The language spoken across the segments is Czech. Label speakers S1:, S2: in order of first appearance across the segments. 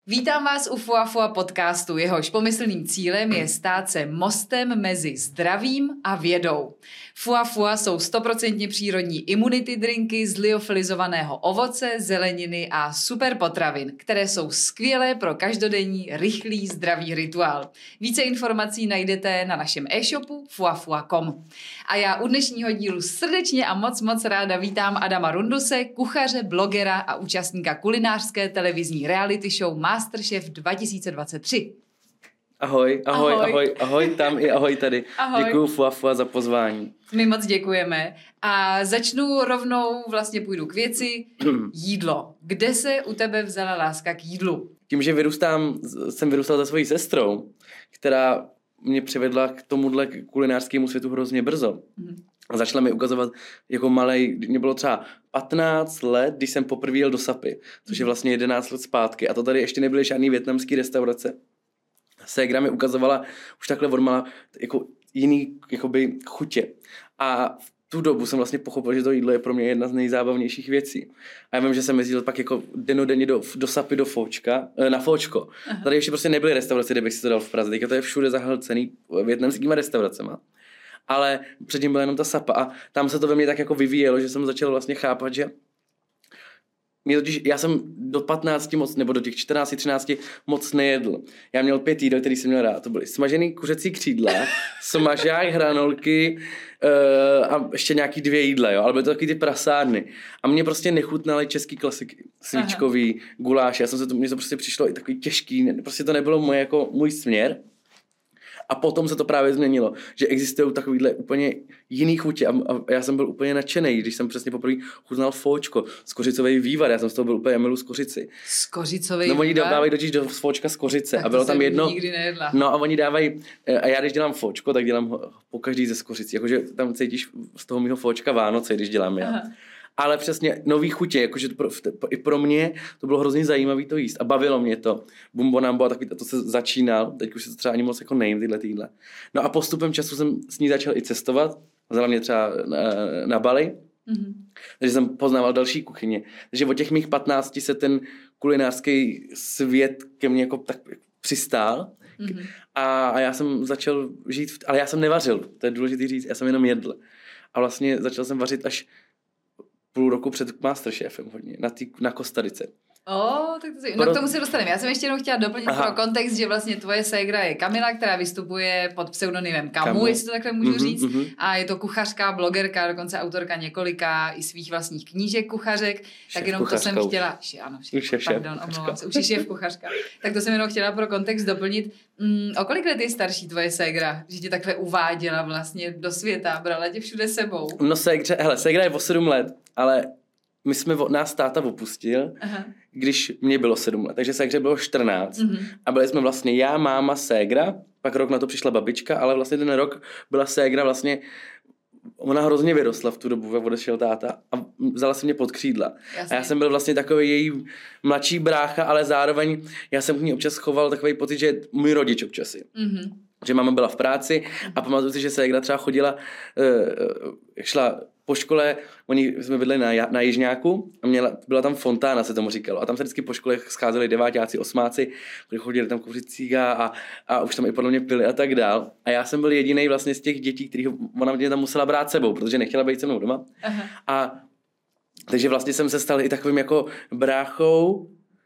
S1: Vítám vás u Fua Fua podcastu. Jehož pomyslným cílem je stát se mostem mezi zdravím a vědou. Fua Fua jsou 100% přírodní imunity drinky z liofilizovaného ovoce, zeleniny a super potravin, které jsou skvělé pro každodenní, rychlý, zdravý rituál. Více informací najdete na našem e-shopu fuafua.com. A já u dnešního dílu srdečně a moc ráda vítám Adama Runduse, kuchaře, blogera a účastníka kulinářské televizní reality show Masterchef 2023.
S2: Ahoj, tam i ahoj tady.
S1: Ahoj.
S2: Děkuju Fua Fua za pozvání.
S1: My moc děkujeme. A začnu rovnou, půjdu k věci. Jídlo. Kde se u tebe vzala láska k jídlu?
S2: Tím, že jsem vyrůstal se svojí sestrou, která mě přivedla k tomuhle kulinářskému světu hrozně brzo. A začala mi ukazovat jako malej, mě bylo třeba 15 let, když jsem poprvé jel do Sapy, což je vlastně 11 let zpátky. A to tady ještě nebyly žádný vietnamský restaurace. Ségra mi ukazovala už takhle odmala jako jiný jakoby chutě. A v tu dobu jsem vlastně pochopil, že to jídlo je pro mě jedna z nejzábavnějších věcí. A já vím, že jsem jezdil pak jako dennodenně do Sapy, na Fóčko. Tady ještě prostě nebyly restaurace, kde bych si to dal v Praze. Teďka to je všude zahlcený vietnamskýma restauracema. Ale předtím byla jenom ta Sapa a tam se to ve mně tak jako vyvíjelo, že jsem začal vlastně chápat, že já jsem do 15 moc, nebo do těch 14, 13 moc nejedl. Já měl 5 jídel, který jsem měl rád. To byly smažený kuřecí křídla, smažák, hranolky a ještě nějaký 2 jídla, jo. Ale byly to taky ty prasárny. A mě prostě nechutnaly český klasiky, svíčkový, guláš. Mně to prostě přišlo i takový těžký, prostě to nebylo můj směr. A potom se to právě změnilo, že existují takovýhle úplně jiný chutě a já jsem byl úplně nadšenej, když jsem přesně poprvé chutnal Fóčko, skořicový vývar, já jsem z toho byl úplně milu z kořici.
S1: Skořicový vývar?
S2: No oni dávají totiž do Fóčka z kořice
S1: tak
S2: a bylo tam jedno.
S1: Nikdy nejedla.
S2: No a oni dávají, a já když dělám Fóčko, tak dělám ho po každý ze skořicí, jakože tam cítíš z toho mýho Fóčka Vánoce, když dělám já. Aha. Ale přesně nový chutě, jakože i pro mě to bylo hrozně zajímavý to jíst a bavilo mě to. Bumbonambo a takový, to se začínal, teď už se to třeba ani moc jako nejím tyhle týdle. No a postupem času jsem s ní začal i cestovat, vzala mě třeba na Bali, takže jsem poznával další kuchyně. Takže od těch mých 15 se ten kulinářský svět ke mně jako tak přistál a já jsem začal žít, ale já jsem nevařil, to je důležité říct, já jsem jenom jedl. A vlastně začal jsem vařit až půl roku před Masterchefem hodně, na Kostarice.
S1: Tak k tomu se dostaneme. Já jsem ještě jenom chtěla doplnit pro kontext, že vlastně tvoje ségra je Kamila, která vystupuje pod pseudonymem Kamu, jestli to takhle můžu říct. A je to kuchařka, blogerka, dokonce autorka několika i svých vlastních knížek kuchařek. Tak jenom to jsem chtěla... Omlouvám se, už je šéf kuchařka. Tak to jsem jenom chtěla pro kontext doplnit. O kolik let je starší tvoje ségra, že tě takhle uváděla vlastně do světa, brala tě všude sebou?
S2: No ségra je o 7 let, ale nás táta opustil, když mě bylo 7 let, takže ségře bylo 14 a byli jsme vlastně já, máma, ségra, pak rok na to přišla babička, ale vlastně ten rok byla ségra vlastně, ona hrozně vyrostla v tu dobu, jak odešel táta a vzala se mě pod křídla. Jasně. A já jsem byl vlastně takový její mladší brácha, ale zároveň já jsem k ní občas choval takový pocit, že je můj rodič občas. Že máma byla v práci a pamatuju si, že ségra třeba chodila, šla po škole, jsme bydli na Jižňáku a byla tam fontána, se tomu říkalo. A tam se vždycky po škole scházeli 9áci, 8áci, kteří chodili tam kouřit cíga a už tam i podle mě pili a tak dál. A já jsem byl jedinej vlastně z těch dětí, kterých ona mě tam musela brát sebou, protože nechtěla být se mnou doma. Takže vlastně jsem se stal i takovým jako bráchou,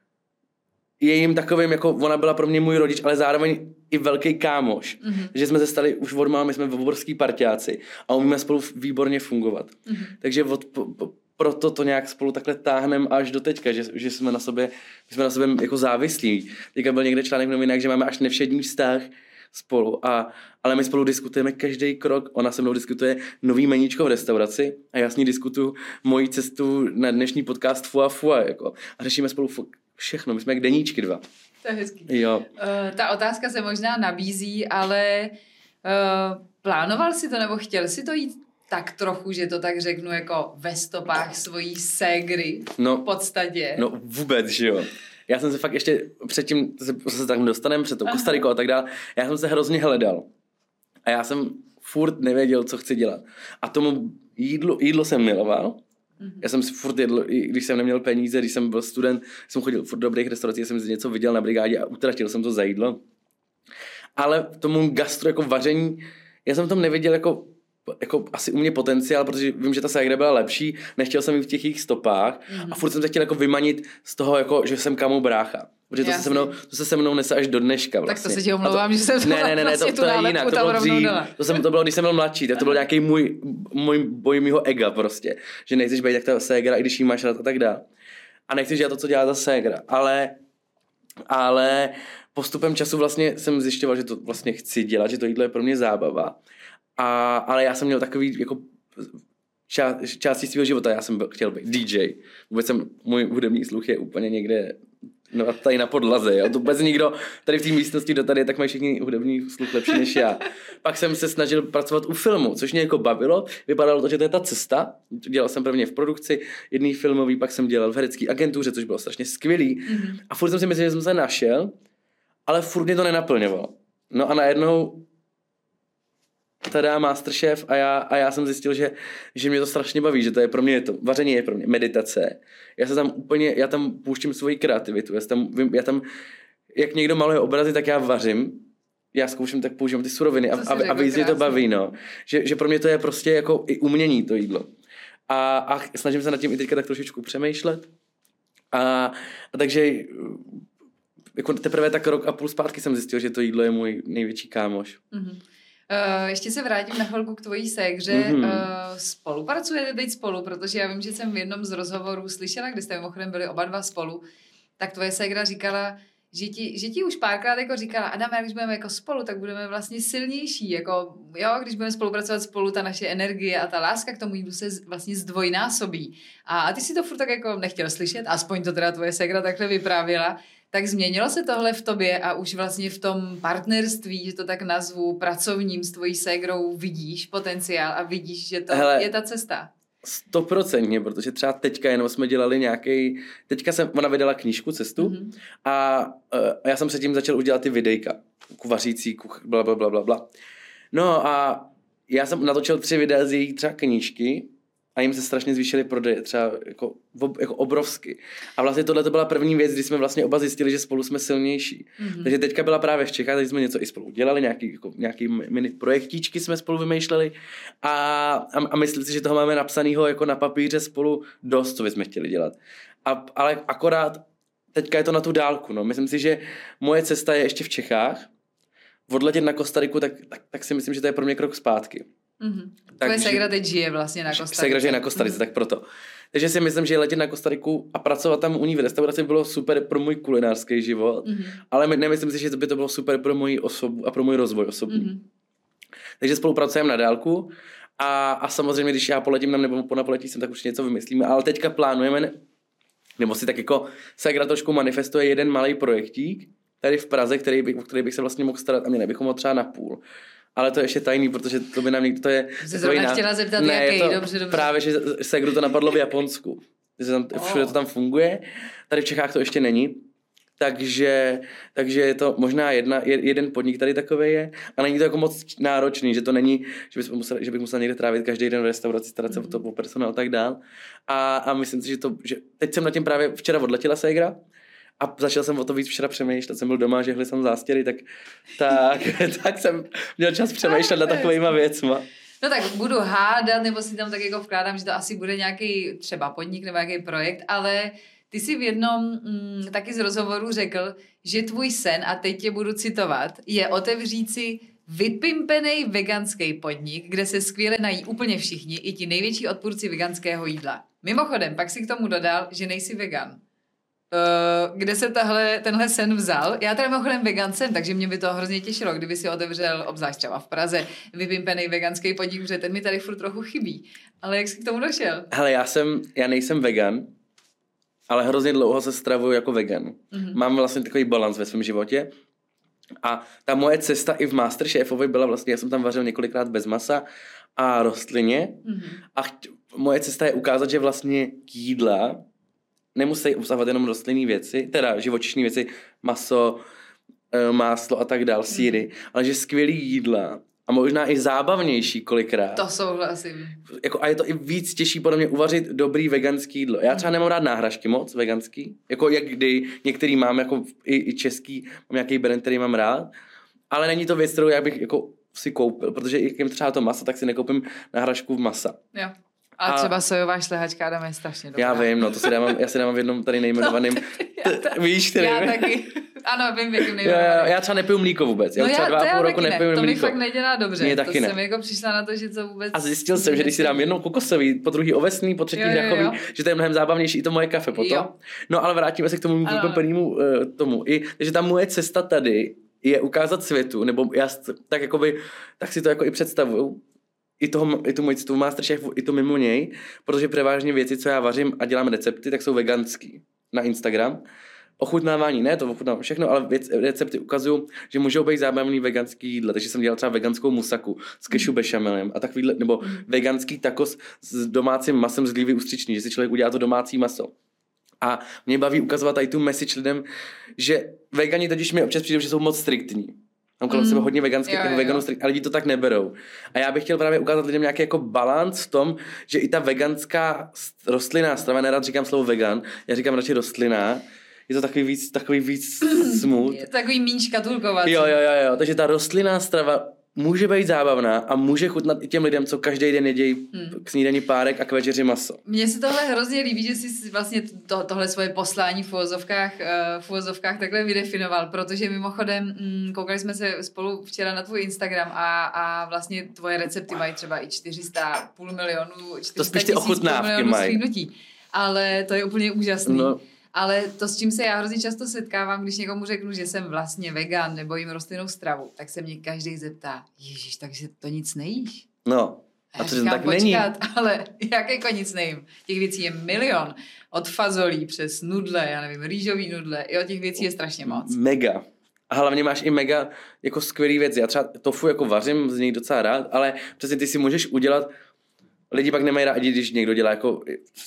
S2: jejím takovým, jako ona byla pro mě můj rodič, ale zároveň i velký kámoš. Takže jsme se stali už od mámy, jsme obrovský parťáci a umíme spolu výborně fungovat. Takže proto to nějak spolu takhle táhneme až do teďka, že jsme na sobě jako závislí. Teďka byl někde článek v novinách, že máme až nevšední vztah spolu, ale my spolu diskutujeme každý krok. Ona se mnou diskutuje nový meníčko v restauraci a já s ní diskutuju moji cestu na dnešní podcast Fua Fua. Jako, a řešíme spolu všechno, my jsme jak deníčky 2.
S1: To je hezký.
S2: Jo.
S1: Ta otázka se možná nabízí, ale plánoval si to nebo chtěl si to jít tak trochu, že to tak řeknu jako ve stopách svojí ségry v podstatě?
S2: No vůbec, že jo. Já jsem se fakt ještě předtím, se tam dostaneme, před tou Kostarikou a tak dále, já jsem se hrozně hledal. A já jsem furt nevěděl, co chci dělat. A tomu jídlo jsem miloval, Já jsem si furt jedl, i když jsem neměl peníze, když jsem byl student, jsem chodil furt do dobrých restaurací, jsem si něco viděl na brigádě a utratil jsem to za jídlo. Ale tomu gastro jako vaření, já jsem tam neviděl jako asi u mě potenciál, protože vím, že ta ségra byla lepší, nechtěl jsem jít v těch jejich stopách a furt jsem se chtěl jako vymanit z toho, jako, že jsem kamu brácha. Protože to se se mnou nese až do dneška vlastně.
S1: Tak to se ti omlouvám, že jsem
S2: ne,
S1: vlastně
S2: to je jinak, to bylo dřív, to bylo, když jsem byl mladší, tak to byl nějaký můj boj mýho ega prostě, že nechceš být jak ta ségra, i když jí máš rád a tak dále. A nechceš dělat to, co dělá ta ségra, ale postupem času vlastně jsem zjišťoval, že to vlastně chci dělat, že to jídlo je pro mě zábava. Ale já jsem měl takový jako částí svého života, já jsem chtěl být DJ. Vůbec můj hudební sluch je úplně někde tady na podlaze. Jo? To vůbec nikdo tady v té místnosti, kdo tady je, tak mají všichni hudební sluch lepší než já. Pak jsem se snažil pracovat u filmu, což mě jako bavilo. Vypadalo to, že to je ta cesta. Dělal jsem prvně v produkci, jedný filmový, pak jsem dělal v herecké agentuře, což bylo strašně skvělý. A furt jsem si myslel, že jsem se našel, ale furt mě to nenaplňovalo. No a najednou tada Masterchef a já jsem zjistil, že mě to strašně baví, že to je pro mě vaření je pro mě meditace. Já tam pouštím svoji kreativitu, já tam jak někdo maluje obrazy, tak já vařím. Já zkouším, tak používám ty suroviny a víc mě to baví, no. Že pro mě to je prostě jako i umění to jídlo. A snažím se nad tím i teďka tak trošičku přemýšlet. A takže jako teprve tak rok a půl zpátky jsem zjistil, že to jídlo je můj největší kámoš.
S1: Ještě se vrátím na chvilku k tvojí ségře. Spolupracujete teď spolu, protože já vím, že jsem v jednom z rozhovorů slyšela, kde jste mimochodem byli oba dva spolu, tak tvoje ségra říkala, že ti už párkrát jako říkala, Adame, když budeme jako spolu, tak budeme vlastně silnější, jako jo, když budeme spolupracovat spolu, ta naše energie a ta láska k tomu jídlu se vlastně zdvojnásobí. A ty si to furt tak jako nechtěl slyšet, aspoň to teda tvoje ségra takhle vyprávěla. Tak změnilo se tohle v tobě a už vlastně v tom partnerství, že to tak nazvu, pracovním s tvojí ségrou vidíš potenciál a vidíš, že to je ta cesta?
S2: 100%, protože třeba teďka jenom jsme dělali ona vydala knížku Cestu a já jsem se tím začal udělat ty videjka, vařící, blablabla. No a já jsem natočil 3 videa z její třeba knížky a jim se strašně zvýšily prodeje, třeba jako obrovsky. A vlastně tohle to byla první věc, kdy jsme vlastně oba zjistili, že spolu jsme silnější. Takže teďka byla právě v Čechách, takže jsme něco i spolu dělali, nějaký mini projektíčky jsme spolu vymýšleli a myslím si, že toho máme napsanýho jako na papíře spolu dost, co bychom chtěli dělat. Ale akorát teďka je to na tu dálku. No. Myslím si, že moje cesta je ještě v Čechách. Odletět na Kostariku, tak si myslím, že to je pro mě krok zpátky.
S1: Tvoje ségra teď žije vlastně na Kostarice.
S2: Ségra žije na Kostarice, tak proto. Takže si myslím, že letět na Kostariku a pracovat tam u ní v restauraci bylo super pro můj kulinářský život, ale nemyslím si, že by to bylo super pro moji osobu a pro můj rozvoj osobní. Takže spolupracujeme na dálku a samozřejmě, když já poletím tam nebo po napoletí sem, tak už něco vymyslíme, ale teďka plánujeme, nebo si tak jako ségra trošku manifestuje jeden malý projektík tady v Praze, o který bych se vlastně mohl starat a mě nebychom ho třeba na půl. Ale to je ještě tajný, protože to by nám někdo, to je...
S1: Jsi zrovna chtěla zeptat, jaký, dobře.
S2: Právě, že ségru to napadlo v Japonsku. Všude to tam funguje, tady v Čechách to ještě není. Takže je to možná jeden podnik tady takový je a není to jako moc náročný, že to není, že bych musel někde trávit každý den v restauraci, starat se o personál a tak dál. A myslím si, že teď jsem na tím právě včera odletěla ségra a začal jsem o to víc včera přemýšlet, jsem byl doma, žehli jsem zástěry, tak jsem měl čas přemýšlet nad takovýma věcma.
S1: No tak budu hádat, nebo si tam tak jako vkládám, že to asi bude nějaký třeba podnik nebo nějaký projekt, ale ty jsi v jednom taky z rozhovoru řekl, že tvůj sen, a teď tě budu citovat, je otevřít si vypimpenej veganský podnik, kde se skvěle nají úplně všichni, i ti největší odpůrci veganského jídla. Mimochodem, pak si k tomu dodal, že nejsi vegan. Kde se tenhle sen vzal? Já teda mimochodem vegan jsem, takže mě by to hrozně těšilo, kdyby si otevřel, obzvlášť třeba v Praze, vypimpenej veganský podnik, protože ten mi tady furt trochu chybí. Ale jak jsi k tomu došel?
S2: Hele, já nejsem vegan, ale hrozně dlouho se stravuju jako vegan. Mám vlastně takový balans ve svém životě. A ta moje cesta i v Masterchefovi byla vlastně, já jsem tam vařil několikrát bez masa a rostlině. A moje cesta je ukázat, že vlastně jídla nemusí obsahovat jenom rostlinné věci, teda živočišné věci, maso, máslo a tak dál, sýry, ale že skvělý jídla a možná i zábavnější kolikrát.
S1: To souhlasím.
S2: Jako, a je to i víc těžší podle mě uvařit dobrý veganský jídlo. Já třeba nemám rád náhražky moc veganský, jako jak kdy některý mám, jako i český, mám nějaký brand, který mám rád, ale není to věc, kterou já bych jako si koupil, protože jak jim třeba to maso, tak si nekoupím náhražku v masa.
S1: Jo. A třeba sojová šlehačka Adam je strašně dobrá.
S2: Já vím, no, já si dávám v jednom tady nejmenovaným. Víš, který?
S1: Já taky. Ano, vím, v jakým nejmenovaným.
S2: Já třeba nepiju mlíko vůbec. Já třeba 2,5 roku nepiju mlíko.
S1: To mi fakt nedělá dobře.
S2: Mě taky
S1: to jsem jako přišla na to, že to vůbec...
S2: A zjistil jsem, že když si dám jednou kokosový, po druhý ovesný, po třetí hrachový, že to je mnohem zábavnější i to moje kafe potom. Jo. No ale vrátíme se k tomu prvnímu tomu. Takže ta moje cesta tady je ukázat světu, nebo já tak jakoby, tak si to jako i představuju, i tu moji cestu Masterchefu, i to mimo něj, protože převážně věci, co já vařím a dělám recepty, tak jsou veganský na Instagram. Ochutnávání ne, to ochutnávám všechno, ale recepty ukazují, že můžou být zábavný veganský jídla, takže jsem dělal třeba veganskou musaku s kešu bešamelem a takovýhle, nebo veganský tacos s domácím masem z lívy ustřiční, že si člověk udělá to domácí maso. A mě baví ukazovat tady tu message lidem, že vegani totiž mi občas přijde, že jsou moc striktní. Mám kolem sebe hodně veganských veganů, a lidi to tak neberou. A já bych chtěl právě ukázat lidem nějaký jako balans v tom, že i ta veganská rostlinná strava, nerad říkám slovo vegan, já říkám radši rostlinná, je to takový víc smooth.
S1: Je takový míň škatulkovací.
S2: Jo, takže ta rostlinná strava může být zábavná a může chutnat i těm lidem, co každý den jedí k snídani párek a k večeři maso.
S1: Mně se tohle hrozně líbí, že jsi vlastně tohle svoje poslání v uvozovkách takhle vydefinoval, protože mimochodem koukali jsme se spolu včera na tvůj Instagram a vlastně tvoje recepty mají třeba i 400 půl milionu, 400 000 slídnutí. Ale to je úplně úžasný. No. Ale to, s čím se já hrozně často setkávám, když někomu řeknu, že jsem vlastně vegan nebo jim rostlinnou stravu, tak se mě každý zeptá, Ježíš, takže to nic nejíš?
S2: No, a to říkám, tak není.
S1: Ale jak jako nic nejím? Těch věcí je milion. Od fazolí přes nudle, já nevím, rýžový nudle, jo, těch věcí je strašně moc.
S2: Mega. A hlavně máš i mega jako skvělý věci. Já třeba tofu jako vařím, z něj docela rád, ale přesně ty si můžeš udělat, lidi pak nemají rádi, když někdo dělá jako,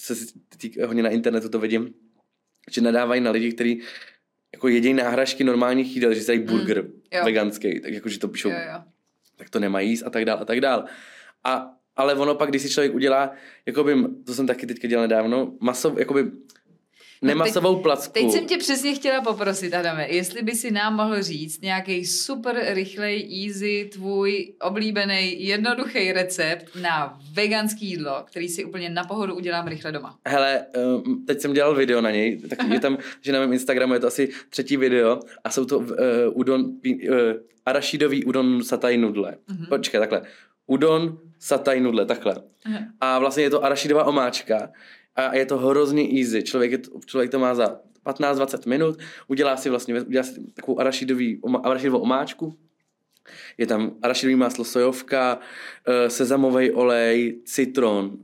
S2: hodně na internetu to vidím, že nadávají na lidi, kteří jako jedí náhražky normálních jídel, že si dají burger veganský, tak jako, že to píšou, tak to nemají jíst a tak dál. Ale ono pak, když si člověk udělá, jakoby, to jsem taky teďka dělal nedávno, jakoby nemasovou placku.
S1: Teď jsem tě přesně chtěla poprosit, Adame, jestli by si nám mohl říct nějaký super rychlej, easy, tvůj oblíbený, jednoduchý recept na veganský jídlo, který si úplně na pohodu udělám rychle doma.
S2: Hele, teď jsem dělal video na něj, tak je tam, že na mém Instagramu je to asi 3. video a jsou to arašidový udon sataj nudle. Počkej, takhle. Udon sataj nudle, takhle. A vlastně je to arašidová omáčka. A je to hrozně easy. Člověk to má za 15-20 minut, udělá si takovou arašidovou omáčku. Je tam arašidový máslo, sojovka, sezamový olej, citron.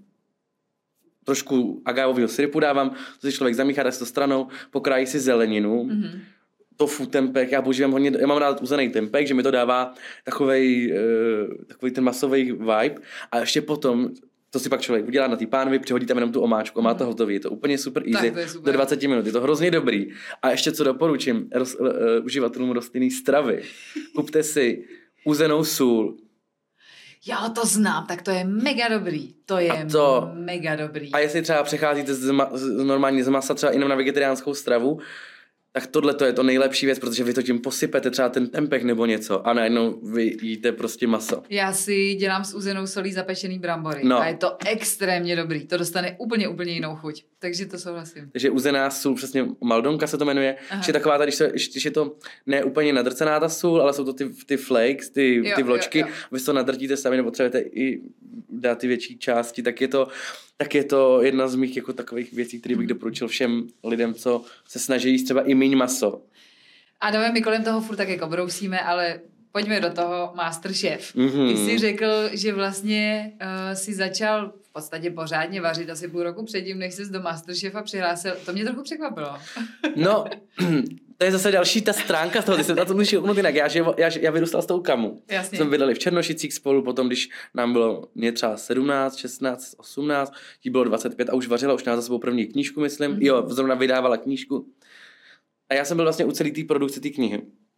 S2: Trošku agávového syrupu dávám, to si člověk zamíchá, dá si to stranou, pokrájí si zeleninu, tofu, tempeh, já mám rád uzený tempeh, že mi to dává takovej ten masový vibe a ještě potom to si pak člověk udělá na té pánvi, přihodí tam jenom tu omáčku a má to hotový. Je to úplně super easy. Do 20 minut. Je to hrozně dobrý. A ještě co doporučím uživatelům rostlinné stravy. Kupte si uzenou sůl.
S1: Jo, to znám, tak to je mega dobrý. Mega dobrý.
S2: A jestli třeba přecházíte normálně z masa třeba jenom na vegetariánskou stravu, tak tohle to je to nejlepší věc, protože vy to tím posypete třeba ten tempeh nebo něco a najednou vy jíte prostě maso. Já
S1: si dělám s uzenou solí zapečený brambory a je to extrémně dobrý. To dostane úplně jinou chuť. Takže to souhlasím.
S2: Takže uzená sůl, přesně Maldonka se to jmenuje, že taková tady, když je to ne úplně nadrcená ta sůl, ale jsou to ty flakes, ty vločky, vy to nadrtíte sami nebo potřebujete i dát ty větší části, tak je to jedna z mých jako takových věcí, které bych doporučil všem lidem, co se snaží jíst třeba i míň maso.
S1: A dáme my kolem toho furt tak jako brousíme, ale pojďme do toho Masterchef. Ty jsi řekl, že vlastně si začal v podstatě pořádně vařit asi půl roku předtím, než ses do Masterchefa přihlásil. To mě trochu překvapilo.
S2: No, to je zase další ta stránka z toho, ty jsem na to musel uknout jinak. Já vyrůstal s tou kamu.
S1: Jasně.
S2: Jsme bydleli v Černošicích spolu, potom když nám bylo mě třeba 17, 16, 18, jí bylo 25 a už vařila, už měla za sebou první knížku, myslím. Jo, zrovna vydávala knížku. A já jsem byl vlastně u celé té produkce té knihy.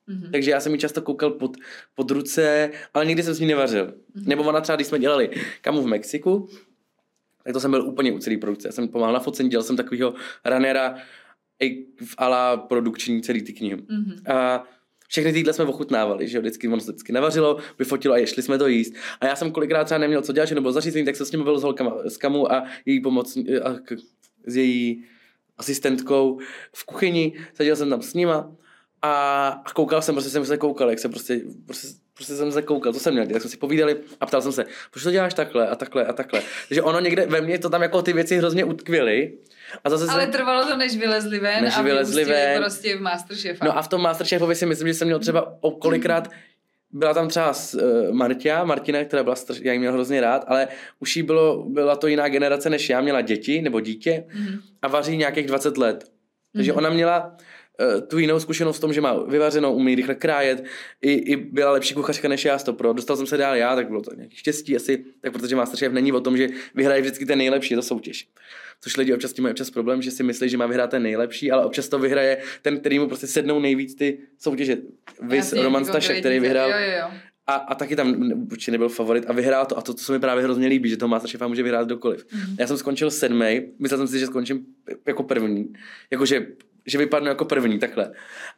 S2: Takže já jsem jí často koukal pod ruce, ale nikdy jsem s ní nevařil. Nebo ona třeba, když jsme dělali kamu v Mexiku, tak to jsem byl úplně u celý produkce. Já jsem pomáhal na focení, dělal jsem takovýho runnera i v ala produkční celý ty knihy. A všechny týdle jsme ochutnávali, že jo, ono se vždycky navařilo, vyfotilo a šli jsme to jíst. A já jsem kolikrát třeba neměl co dělat, že nebylo zařízení, tak jsem s ním mluvil s holkama, s Kamu a její s její asistentkou v kuchyni, seděl jsem tam s nima a koukal jsem, jsem se koukal, jak se prostě jsem se koukal, co jsem měl, tak jsme si povídali a ptal jsem se, proč to děláš takhle a takhle a takhle. Takže ono někde ve mně to tam jako ty věci hrozně utkvěly. A zase
S1: ale trvalo to, než vylezli ven a vyústili prostě v Masterchefa.
S2: No a v tom Masterchefovi si myslím, že jsem měl třeba kolikrát, byla tam třeba Martina, která byla já jí měl hrozně rád, ale už jí byla to jiná generace než já, měla děti nebo dítě a vaří nějakých 20 let. Takže ona měla tu jinou zkušenost v tom, že má vyvařenou, umí rychle krájet, i byla lepší kuchařka než já, dostal jsem se dál já, tak bylo to nějaký štěstí asi, tak protože Masterchef není o tom, že vyhraje vždycky ten nejlepší, je to soutěž. Což lidi občas mají problém, že si myslí, že má vyhrát ten nejlepší, ale občas to vyhraje ten, který mu prostě sednou nejvíc ty soutěže. Vys Roman Stašek, který vyhrál.
S1: Jo.
S2: A taky tam určitě nebyl favorit a vyhrál to. A to, co se mi právě hrozně líbí, že toho Masterchefa může vyhrát kdokoliv. Já jsem skončil 7. Myslel jsem si, že skončím jako první. Jakože že vypadnu jako první, takhle.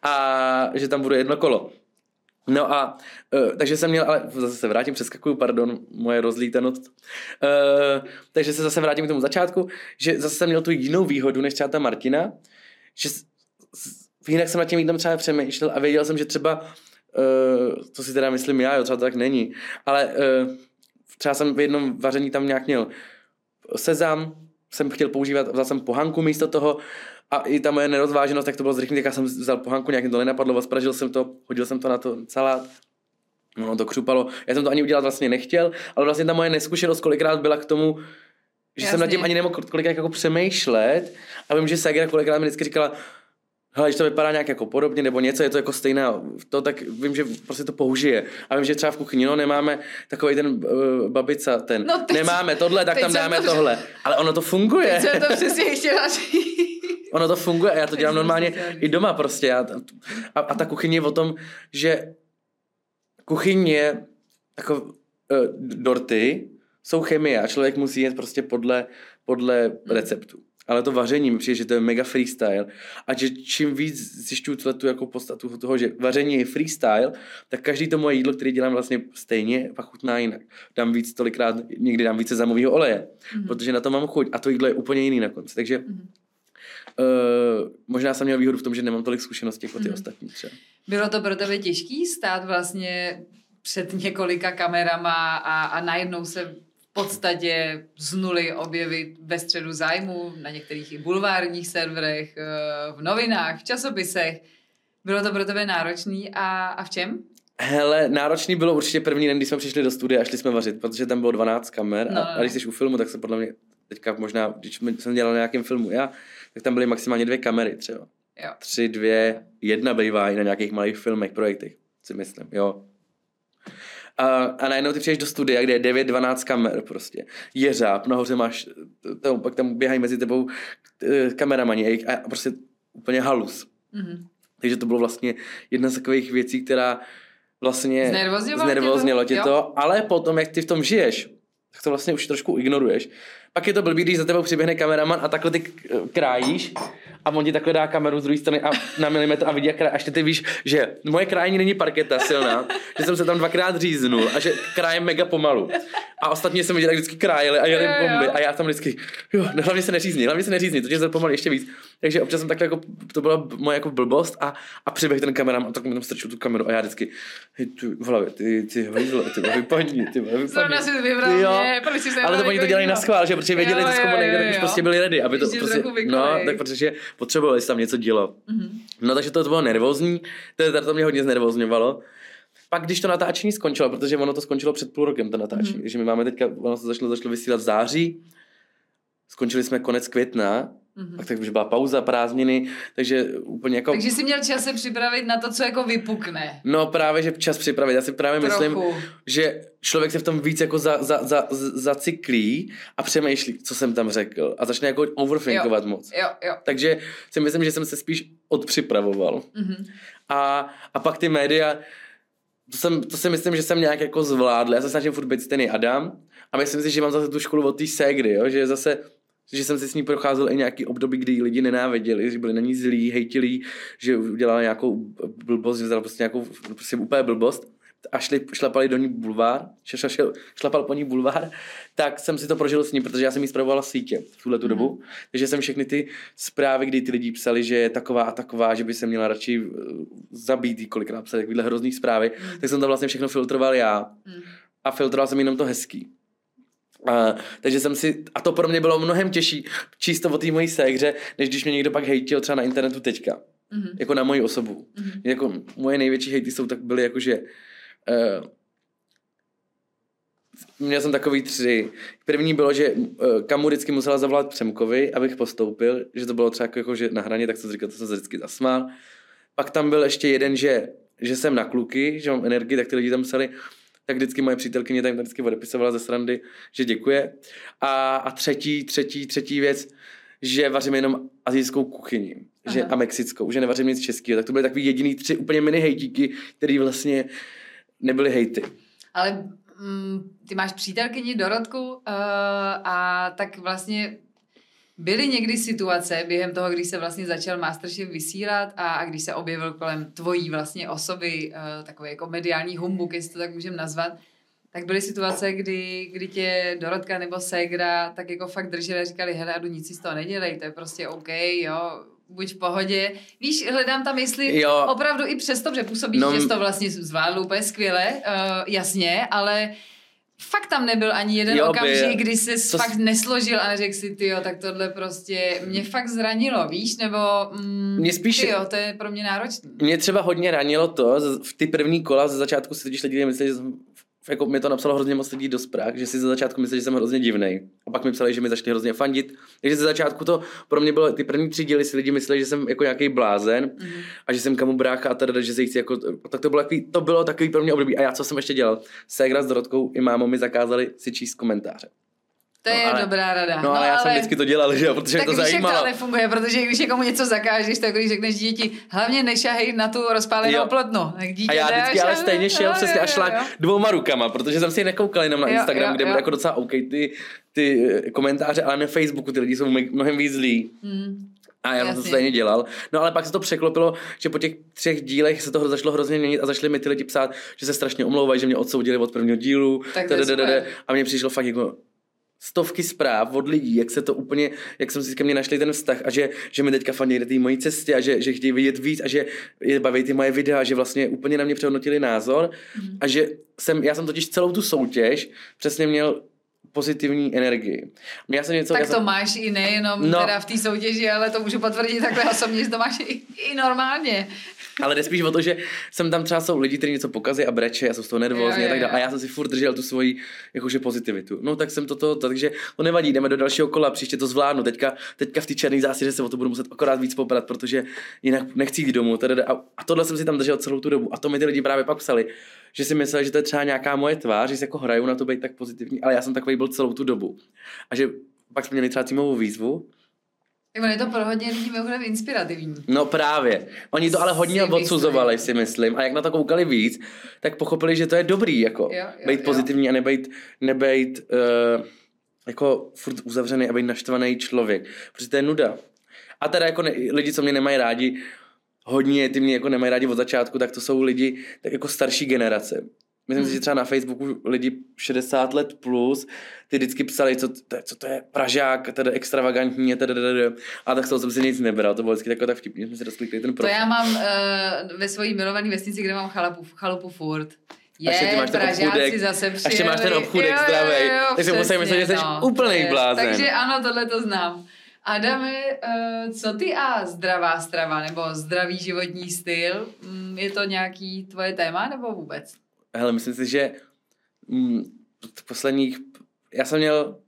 S2: A že tam bude jedno kolo. No a takže jsem měl, ale zase se vrátím, přeskakuju, pardon, moje rozlítanost. Takže se zase vrátím k tomu začátku, že zase jsem měl tu jinou výhodu, než třeba ta Martina, že jinak jsem nad tím jídlem třeba přemýšlel a věděl jsem, že třeba, to si teda myslím já, jo, třeba to tak není, ale třeba jsem v jednom vaření tam nějak měl sezam, jsem chtěl používat, vzal jsem pohanku místo toho, a i ta moje nerozváženost, tak to bylo zrychlý, tak já jsem vzal pohanku, nějakým to nenapadlo, spražil jsem to, hodil jsem to na to salát, ono to křupalo. Já jsem to ani udělat vlastně nechtěl, ale vlastně ta moje neskušenost kolikrát byla k tomu, že jsem nad tím ani nemohl kolikrát jako přemýšlet a vím, že Segra kolikrát mi vždycky říkala, hele, když to vypadá nějak jako podobně nebo něco, je to jako stejné, to tak vím, že prostě to použije. A vím, že třeba v kuchyni, nemáme takovej ten babica, nemáme tohle, tak tam dáme tohle. Ale ono to funguje.
S1: Teď jsem to přesně chtěla říct.
S2: Ono to funguje a já to dělám normálně i doma prostě. A ta kuchyně je o tom, že kuchyň je jako dorty, jsou chemie a člověk musí jet prostě podle receptu. Ale to vaření mi přijde, že to je mega freestyle a že čím víc zjišťuju tu jako podstatu toho, že vaření je freestyle, tak každý to moje jídlo, které dělám vlastně stejně, pak chutná jinak. Dám víc tolikrát, někdy dám více sezamového oleje, protože na to mám chuť a to jídlo je úplně jiný na konci. Takže možná jsem měl výhodu v tom, že nemám tolik zkušeností jako ty ostatní třeba.
S1: Bylo to pro tebe těžký stát vlastně před několika kamerama a najednou se v podstatě z nuly objevit ve středu zájmu na některých i bulvárních serverech, v novinách, v časopisech. Bylo to pro tebe náročný a v čem?
S2: Hele, náročný bylo určitě první den, když jsme přišli do studia a šli jsme vařit, protože tam bylo 12 kamer a když jsi u filmu, tak se podle mě teďka možná, když jsem dělal na nějakém filmu tak tam byly maximálně 2 kamery třeba.
S1: Jo.
S2: 3, 2, 1 bývá i na nějakých malých filmech, projektech, si myslím, jo. A najednou ty přijdeš do studia, kde je 9-12 kamer prostě. Jeřáb, nahoře máš, pak tam běhají mezi tebou kameramani a prostě úplně halus. Takže to bylo vlastně jedna z takových věcí, která vlastně znervoznělo tě to, ale potom, jak ty v tom žiješ, tak to vlastně už trošku ignoruješ. Pak je to blbý, když za tebou přiběhne kameraman a takhle ty krájíš a on ti takhle dá kameru z druhé strany a na milimetr a vidí, jak krájí. Až ty víš, že moje krájení není parketa silná, že jsem se tam 2krát říznul a že krájem mega pomalu. A ostatně jsem viděl, jak vždycky krájeli a jeli bomby a já tam vždycky, hlavně se neřízni, to tě zapomalí ještě víc. Takže občas jsem takhle jako, to byla moje jako blbost a přiběh ten kameraman a tak mi tam strčil tu kameru a já vždycky, v hlavě, ty vypadni.
S1: Zrovna si vybral mě,
S2: ale to oni to dělají na schvál, že protože věděli, že zkomu nejde, tak už prostě byli ready, aby to prostě, tak protože potřebovali tam něco dělat. No takže to bylo nervózní, to mě hodně znervózňovalo. Pak když to natáčení skončilo, protože ono to skončilo před půl rokem, to natáčení, takže my máme teďka, ono se začalo vysílat v září, skončili jsme konec května, pak tak už byla pauza, prázdniny, takže úplně jako...
S1: Takže jsi měl čas se připravit na to, co jako vypukne.
S2: No právě, že čas připravit. Já si právě myslím, že člověk se v tom víc jako zacyklí a přemýšlí, co jsem tam řekl a začne jako overthinkovat moc.
S1: Jo.
S2: Takže si myslím, že jsem se spíš odpřipravoval. A pak ty média, to si myslím, že jsem nějak jako zvládl. Já se snažím furt být stejný Adam a myslím si, že mám zase tu školu od té ségry, jo? Že jsem si s ní procházel i nějaký období, kdy lidi nenáviděli, že byli na ní zlí, hejtili, že udělala nějakou blbost, že vzala prostě nějakou prostě úplně blbost a šlapali do ní bulvár, šlapal po ní bulvár, tak jsem si to prožil s ní, protože já jsem jí spravovala sítě v tuhle tu dobu. Takže jsem všechny ty zprávy, kdy ty lidi psali, že je taková a taková, že by se měla radši zabít, kolikrát psali takovýhle hrozný zprávy, tak jsem to vlastně všechno filtroval já. A filtroval jsem jenom to hezký. Takže jsem si, a to pro mě bylo mnohem těžší číst to o té mojí ségře, než když mě někdo pak hejtil třeba na internetu teďka. Jako na moji osobu. Jako moje největší hejty byly jakože měl jsem takový 3. První bylo, že Kamu vždycky musela zavolat Přemkovi, abych postoupil, že to bylo třeba jako, že na hraně, tak jsem říkal, to jsem se vždycky zasmál. Pak tam byl ještě jeden, že jsem na kluky, že mám energii, tak ty lidi tam psali, tak vždycky moje přítelkyně tam vždycky odepisovala ze srandy, že děkuje. A třetí věc, že vařím jenom asijskou kuchyni a mexickou, že nevařím nic českého. Tak to byly takový jediný 3 úplně mini hejtíky, který vlastně nebyly hejty.
S1: Ale ty máš přítelkyni Dorotku a tak vlastně byly někdy situace během toho, když se vlastně začal Masterchef vysílat a když se objevil kolem tvojí vlastně osoby takový jako mediální humbuk, jestli to tak můžeme nazvat, tak byly situace, kdy tě Dorotka nebo ségra tak jako fakt drželi a říkali, hele, Adu, nic si z toho nedělej, to je prostě OK, jo, buď v pohodě. Víš, hledám tam, jestli opravdu i přesto, že působíš, že jsi to vlastně zvládl úplně skvěle, jasně, ale fakt tam nebyl ani jeden okamžik, kdy jsi fakt nesložil a neřekl si, tyjo, tak tohle prostě mě fakt zranilo, víš, nebo
S2: mě spíš,
S1: tyjo, to je pro mě náročný.
S2: Mě třeba hodně ranilo to, v ty první kola ze začátku si totiž lidi mysleli, že jsem, jako mě to napsalo hrozně moc lidí do zpráv, že si ze začátku mysleli, že jsem hrozně divnej. A pak mi psali, že mi začali hrozně fandit. Takže ze začátku to pro mě bylo, ty první 3 díly si lidi mysleli, že jsem jako nějaký blázen a že jsem Kamu brácha a teda, že se chci jako, tak to bylo takový pro mě období. A já co jsem ještě dělal? Ségra s Dorotkou i mámou mi zakázali si číst komentáře.
S1: To je dobrá rada.
S2: No ale já jsem vždycky to dělal, že jo, protože to zajímalo. Tak
S1: to nefunguje, protože když někomu něco zakážeš, tak když řekneš děti, hlavně nešahej na tu rozpálenou plotnu.
S2: A já vždycky ale stejně šel přesně a šlak 2 rukama, protože jsem si nekoukal jenom na Instagram, kde byly jako docela OK ty komentáře, ale na Facebooku ty lidi jsou mnohem víc zlí. A já to stejně dělal. No ale pak se to překlopilo, že po těch 3 dílech se to začalo hrozně měnit a začali mi ty lidi psát, že se strašně omlouvají, že mě odsoudili od prvního dílu. A mně přišlo fakt jako stovky zpráv od lidí, jak se to úplně, jak jsem si ke mně našli ten vztah a že mi teďka fandí té mojí cestě a že chtějí vidět víc a že je baví ty moje videa, že vlastně úplně na mě přehodnotili názor a že já jsem totiž celou tu soutěž přesně měl pozitivní energii.
S1: Máš i nejenom teda v té soutěži, ale to můžu potvrdit takhle osobně, že to máš i normálně.
S2: Ale jde spíš o to, že jsem tam třeba jsou lidi, kteří něco pokazí a breče, já jsem z toho nervózní a tak dále. A já jsem si furt držel tu svoji jakože pozitivitu. No tak jsem takže to nevadí, jdeme do dalšího kola, příště to zvládnu. Teďka v té černé zástěře se o to budu muset akorát víc poprat, protože jinak nechci jít domů. A tohle jsem si tam držel celou tu dobu. A to mi ty lidi právě pak psali, že si mysleli, že to je třeba nějaká moje tvář, že si jako hraju na to být tak pozitivní, ale já jsem takový byl celou tu dobu. A že pak jsme měli třeba týmovou výzvu.
S1: Je to pro hodně lidí mimochodem inspirativní.
S2: No právě. Oni to ale hodně odsuzovali, si myslím. A jak na to koukali víc, tak pochopili, že to je dobrý, jako být pozitivní a nebejt jako furt uzavřený a být naštvaný člověk. Protože to je nuda. A teda jako lidi, co mě nemají rádi, hodně ty mě jako nemají rádi od začátku, tak to jsou lidi tak jako starší generace. Myslím si, že třeba na Facebooku lidi 60 let plus, ty vždycky psali, co to je Pražák, teda extravagantní, a tak z toho jsem si nic nebral, to bylo vždycky takové tak vtipný, že jsme si rozklikli ten profil.
S1: To já mám ve svojí milované vesnici, kde mám chalupu furt.
S2: Pražáci
S1: zase přijeli.
S2: Ještě máš ten obchůdek zdravej, takže musím myslet, že jsi úplnej blázen.
S1: Takže ano, tohle to znám. Adame, co ty a zdravá strava nebo zdravý životní styl? Je to nějaký tvoje téma nebo vůbec?
S2: Hele, myslím si, že já jsem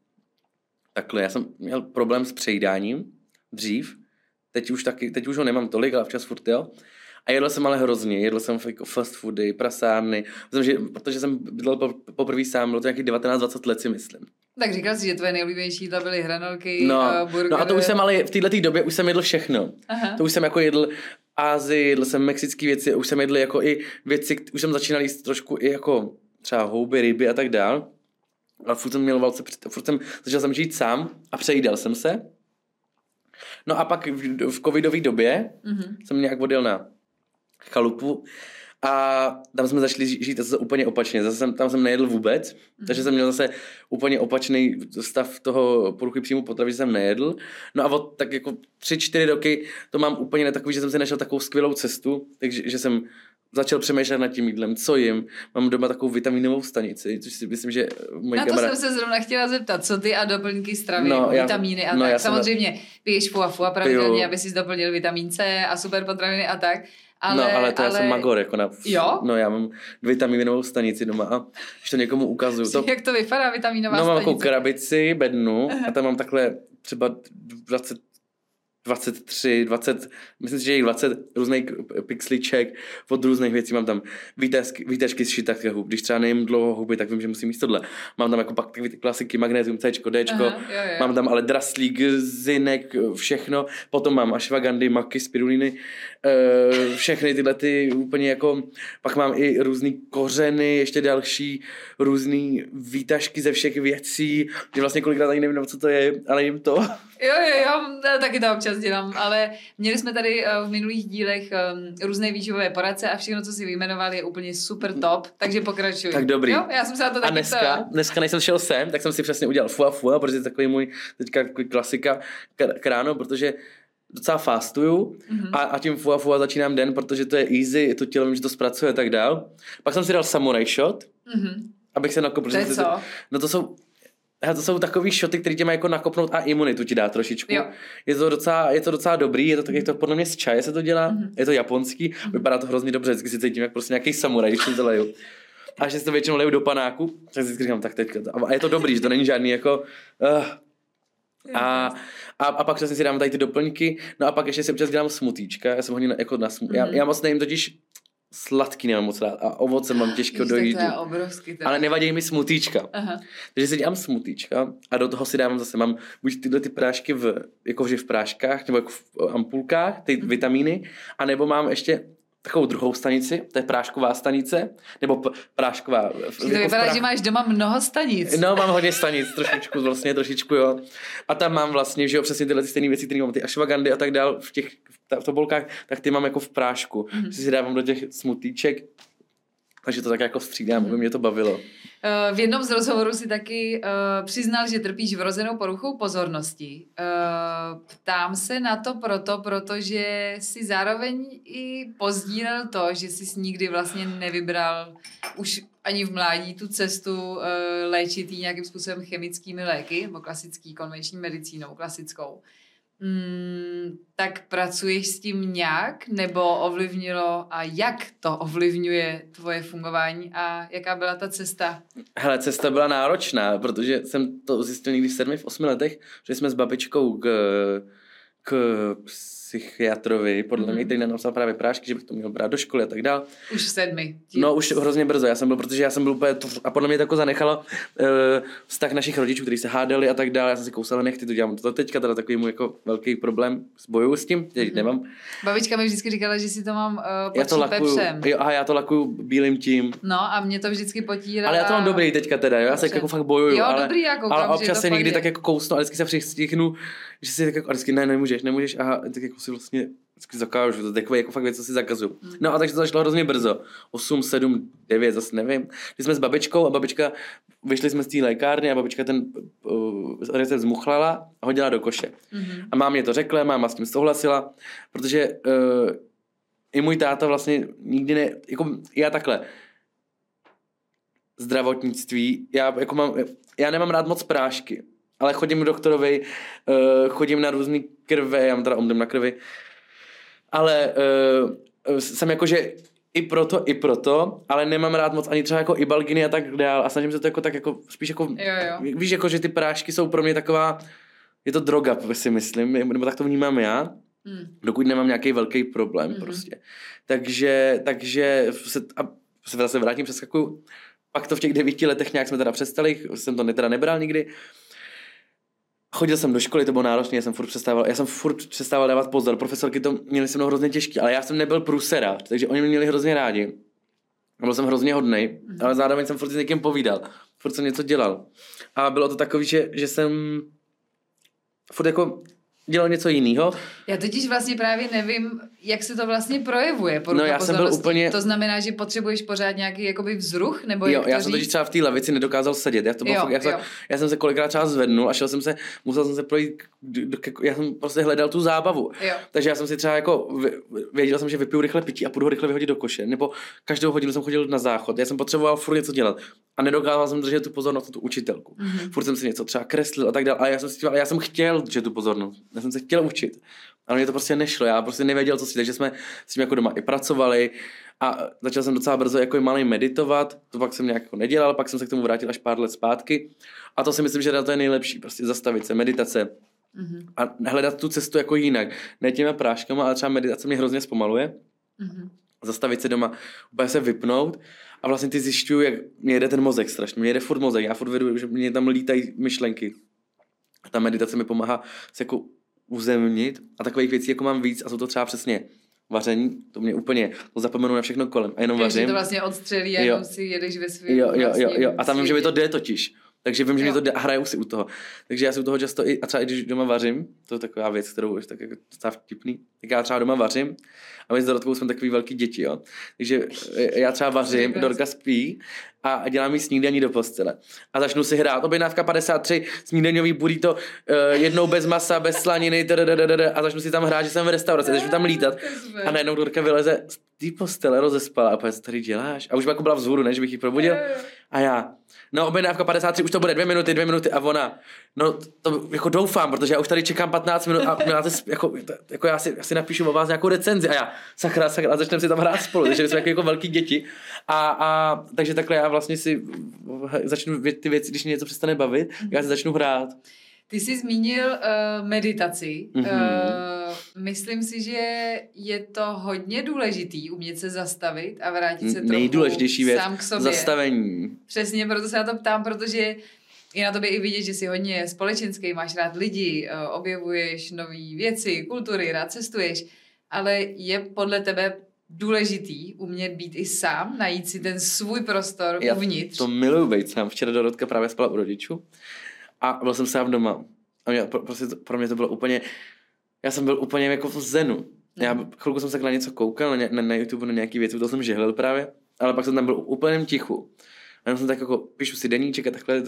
S2: měl problém s přejídáním dřív, teď už ho nemám tolik, ale včas furt jo. A jedl jsem ale hrozně, jedl jsem fast foody, prasárny, protože jsem bydlel poprvé sám, bylo to nějakých 19-20 let si myslím.
S1: Tak říkal jsi, že tvoje nejoblíbenější jídla byly hranolky, burgery.
S2: No a to už jsem ale v této době už jsem jedl všechno. Aha. To už jsem jako jedl Ázii, jedl jsem mexické věci, už jsem jedl jako i věci, už jsem začínal jíst trošku i jako třeba houby, ryby a tak dál. Ale furt jsem miloval začal jsem žít sám a přejídal jsem se. No a pak v covidové době jsem nějak odjel na chalupu a tam jsme začali žít zase úplně opačně. Tam jsem nejedl vůbec, takže jsem měl zase úplně opačný stav toho poruchy příjmu potravy, že jsem nejedl. No a od tak jako 3-4 roky to mám úplně na takový, že jsem si našel takovou skvělou cestu, takže že jsem začal přemýšlet nad tím jídlem, co jim. Mám doma takovou vitaminovou stanici, což si myslím, že
S1: na to jsem se zrovna chtěla zeptat, co ty a doplňky stravy, vitamíny a tak. Samozřejmě piješ fuafua pravidelně, aby si doplnil vitamin C a super potraviny a tak.
S2: Ale já jsem magor, jako
S1: Jo?
S2: No já mám vitaminovou stanici doma a když to někomu ukazuju.
S1: Jak to vypadá vitaminová
S2: stanice?
S1: No
S2: mám takovou krabici bednu a tam mám takhle třeba 23, 20, myslím si, že je 20 různých pixliček od různých věcí. Mám tam výtažky z shiitake, když třeba nejím dlouho huby, tak vím, že musím jíst tohle. Mám tam jako pak ty klasiky, magnézium, Cčko, Dčko,
S1: jo.
S2: Mám tam ale draslík, zinek, všechno. Potom mám ashwagandy, maky, spiruliny, všechny tyhle ty úplně jako, pak mám i různý kořeny, ještě další různý výtažky ze všech věcí, že vlastně kolikrát ani nevím, co to je, ale jim to.
S1: Jo, taky to občas dělám, ale měli jsme tady v minulých dílech různé výživové poradce a všechno, co si vyjmenoval, je úplně super top, takže pokračuj.
S2: Tak dobrý.
S1: Jo, já jsem se na to taky
S2: dneska než jsem šel sem, tak jsem si přesně udělal fuafua, protože je takový můj teďka klasika kráno, protože docela fastuju a tím fuafua začínám den, protože to je easy, to tělo vím, že to zpracuje a tak dál. Pak jsem si dal samurai shot, abych se nakopl.
S1: To je co?
S2: No to jsou takový šoty, které tě mají jako nakopnout a imunitu ti dá trošičku.
S1: Jo.
S2: Je to docela dobrý, je to podle mě z čaje se to dělá, je to japonský, vypadá to hrozně dobře, vždycky si cítím jak prostě nějaký samuraj, když to leju. A že si to většinou leju do panáku, tak si říkám, tak teďka. A je to dobrý, že to není žádný jako... A pak přesně si dám tady ty doplňky, no a pak ještě si občas dělám smutíčka, já jsem hodně jako já moc nejím totiž sladký, nemám moc rád a ovoce mám těžko dojít.
S1: To je obrovský.
S2: Ale nevadí mi smutíčka. Takže si dělám smutíčka a do toho si dávám zase, mám buď tyhle ty prášky v práškách, nebo jako v ampulkách, ty vitamíny, anebo mám ještě takovou druhou stanici, to je prášková stanice, nebo prášková...
S1: To vypadá, že máš doma mnoho stanic.
S2: No, mám hodně stanic, trošičku, jo. A tam mám vlastně, že jo, přesně tyhle stejné věci, které mám, ty ashwagandy a tak dál v tobolkách, tak ty mám jako v prášku. Si dávám do těch smutíček, takže to tak jako střídám, aby mě to bavilo.
S1: V jednom z rozhovorů si taky přiznal, že trpíš vrozenou poruchou pozornosti. Ptám se na to protože si zároveň i pozdílel to, že jsi nikdy vlastně nevybral už ani v mládí tu cestu léčit nějakým způsobem chemickými léky, nebo klasický konvenční medicínou, klasickou. Tak pracuješ s tím nějak, nebo ovlivnilo a jak to ovlivňuje tvoje fungování a jaká byla ta cesta?
S2: Hele, cesta byla náročná, protože jsem to zjistil někdy v 7-8 letech, že jsme s babičkou k psychiatrovi, podle mě, který nám napsal právě prášky, že bych to měl brát do školy a tak dál.
S1: Už v 7.
S2: No už hrozně brzo, protože já jsem byl úplně a podle mě to jako zanechalo vztah našich rodičů, kteří se hádali a tak dále. Já jsem si kousal nechty, to dělám to teďka, teda takový můj jako velký problém, bojuju s tím, teď nemám.
S1: Babička mi vždycky říkala, že si to mám potřít pepřem.
S2: Já to lakuju bílým tím.
S1: No a mě to vždycky potírá.
S2: Ale já to mám dobrý teďka teda, jo? Já se jako fakt bojuju,
S1: jo,
S2: ale,
S1: dobrý, jako
S2: ale občas se někdy tak jako kousnu a vždycky se přistichnu, že si tak jako, a vždycky nemůžeš, aha, tak jako si vlastně vždycky zakážu, to je takový jako fakt věc, co si zakazuju. No a takže to začalo hrozně brzo, 8, 7, 9, zase nevím. Když jsme s babičkou a babička, vyšli jsme z té lékárny a babička ten recept zmuchlala a hodila do koše. A mámě mě to řekla, máma s tím souhlasila, protože i můj táta vlastně nikdy já takhle, zdravotnictví, já nemám rád moc prášky, ale chodím k doktorovi, chodím na různý krve, já mám teda omdem na krvi, ale jsem jakože i proto, ale nemám rád moc ani třeba jako ibalginy a tak dál a snažím se to jako tak jako spíš jako, víš, jako že ty prášky jsou pro mě taková, je to droga, si myslím, nebo tak to vnímám já, dokud nemám nějaký velký problém prostě. Takže se zase vrátím, přeskakuju. Pak to v těch 9 letech nějak jsme teda přestali, jsem to teda nebral nikdy. Chodil jsem do školy, to bylo náročné, já jsem furt přestával dávat pozor, profesorky to měly se mnou hrozně těžký, ale já jsem nebyl průserář, takže oni mě měli hrozně rádi. Byl jsem hrozně hodnej, ale zároveň jsem furt s někým povídal, furt jsem něco dělal. A bylo to takový, že jsem furt jako dělal něco jiného.
S1: Já totiž vlastně právě nevím, jak se to vlastně projevuje.
S2: No já jsem byl úplně...
S1: To znamená, že potřebuješ pořád nějaký jakoby vzruch? Nebo
S2: jo, já jsem totiž třeba v té lavici nedokázal sedět. Já jsem se kolikrát třeba zvednul a musel jsem se projít, já jsem prostě hledal tu zábavu.
S1: Jo.
S2: Takže já jsem si třeba jako, věděl jsem, že vypiju rychle pití a půjdu ho rychle vyhodit do koše. Nebo každou hodinu jsem chodil na záchod. Já jsem potřeboval furt něco dělat. A nedokázal jsem držet tu pozornost na tu učitelku. Furt jsem si něco třeba kreslil a tak dále. A já jsem chtěl držet tu pozornost. Já jsem se chtěl učit. Ale mě to prostě nešlo. Já prostě nevěděl, co si. Takže jsme s tím jako doma i pracovali. A začal jsem docela brzo jako malý meditovat. To pak jsem nějak jako nedělal. Pak jsem se k tomu vrátil až pár let zpátky. A to si myslím, že to je nejlepší. Prostě zastavit se, meditace. A hledat tu cestu jako jinak. Ne těma práškama, ale třeba meditace mě hrozně zpomaluje. Zastavit se doma, úplně se vypnout. A vlastně ty zjišťuju, jak mě jede ten mozek strašně. Mě jede furt mozek. Já furt vedu, že mě tam lítají myšlenky. A ta meditace mi pomáhá se jako uzemnit. A takových věcí jako mám víc. A jsou to třeba přesně vaření. To mě úplně, to zapomenu na všechno kolem. A jenom vařím.
S1: To vlastně odstřelí a jenom si jedeš ve svém
S2: jo. A tam vím, že mi to jde totiž. Takže vím, že mi to jde a hraju si u toho. Takže já si u toho často a třeba i když doma vařím, to je taková věc, kterou už tak jako docela vtipný, tak já třeba doma vařím a my s Dorotkou jsme takový velký děti, jo. Takže já třeba vařím, Dorka spí a dělám jí snídaní do postele. A začnu si hrát objednávka 53, snídaňový burrito, jednou bez masa, bez slaniny, a začnu si tam hrát, že jsem v restauraci, začnu tam lítat. A najednou Dorka vyleze z té postele, rozespala a povedz, co tady děláš? A už jako byla vzhůru, než bych ji probudil. A já, no objednávka 53, už to bude 2 minuty a ona, no to jako doufám, protože já už tady čekám 15 minut a máte, jako já si napíšu o vás nějakou recenzi a já sakra a začneme si tam hrát spolu, takže jsme jako velký děti a takže takhle já vlastně si začnu ty věci, když mě něco přestane bavit, já si začnu hrát.
S1: Ty jsi zmínil meditaci. Myslím si, že je to hodně důležitý umět se zastavit a vrátit se
S2: nejdůležitější věc,
S1: sám k sobě.
S2: Zastavení.
S1: Přesně, proto se na to ptám, protože je na tobě i vidět, že jsi hodně společenský, máš rád lidi, objevuješ nové věci, kultury, rád cestuješ, ale je podle tebe důležitý umět být i sám, najít si ten svůj prostor uvnitř.
S2: Já to miluji být sám. Včera Dorotka právě spala u rodičů a byl jsem sám doma. A pro mě to bylo úplně, já jsem byl úplně jako v zenu. Já chvilku jsem se na něco koukal, na YouTube, na nějaký věci, to jsem žehlil právě, ale pak jsem tam byl úplně tichu. A já jsem tak jako, píšu si deníček a takhle,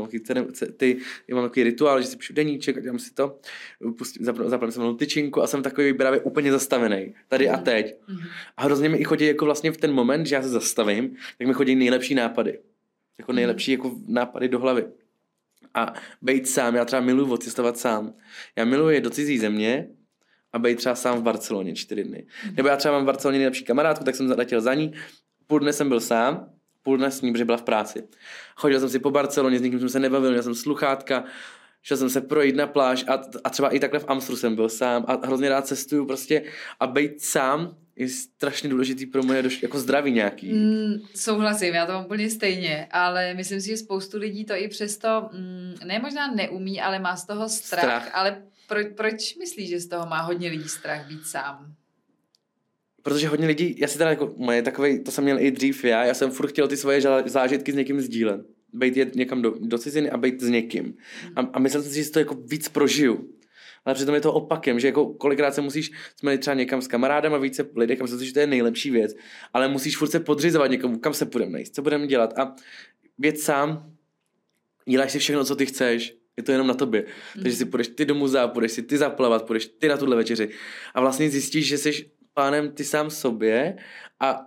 S2: mám takový rituál, že si píšu deníček a dělám si to, zapalím si malou tyčinku a jsem takový právě úplně zastavený, tady a teď. A hrozně mi i chodí jako vlastně v ten moment, že já se zastavím, tak mi chodí nejlepší nápady. Jako nejlepší jako nápady do hlavy. A být sám, já třeba miluji odcestovat sám. Já miluji jít do cizí země a být třeba sám v Barceloně 4 dny. Nebo já třeba mám v Barceloně nejlepší kamarádku, tak jsem letěl za ní. Půl dne jsem byl sám, půl dne s ní, protože byla v práci. Chodil jsem si po Barceloně, s nikým jsem se nebavil, měl jsem sluchátka, šel jsem se projít na pláž a třeba i takhle v Amstru jsem byl sám a hrozně rád cestuju prostě a být sám je strašně důležitý pro moje jako zdraví nějaký.
S1: Souhlasím, já to mám úplně stejně, ale myslím si, že spoustu lidí to i přesto ne možná neumí, ale má z toho strach. Ale proč myslíš, že z toho má hodně lidí strach být sám?
S2: Protože hodně lidí, já si teda jako moje takovej, to jsem měl i dřív já jsem furt chtěl ty svoje zážitky s někým sdílet. Být někam do ciziny a být s někým. A myslel jsem si, že to jako víc prožiju. Ale přitom je to opakem, že jako kolikrát jsme jít třeba někam s kamarádem a více lidé, myslím si, že to je nejlepší věc, ale musíš furt se podřizovat někomu, kam se budeme najít, co budeme dělat a věc sám, děláš si všechno, co ty chceš, je to jenom na tobě. Takže si půjdeš ty do muzea, půjdeš si ty zaplavat, půjdeš ty na tuhle večeři a vlastně zjistíš, že jsi pánem ty sám sobě a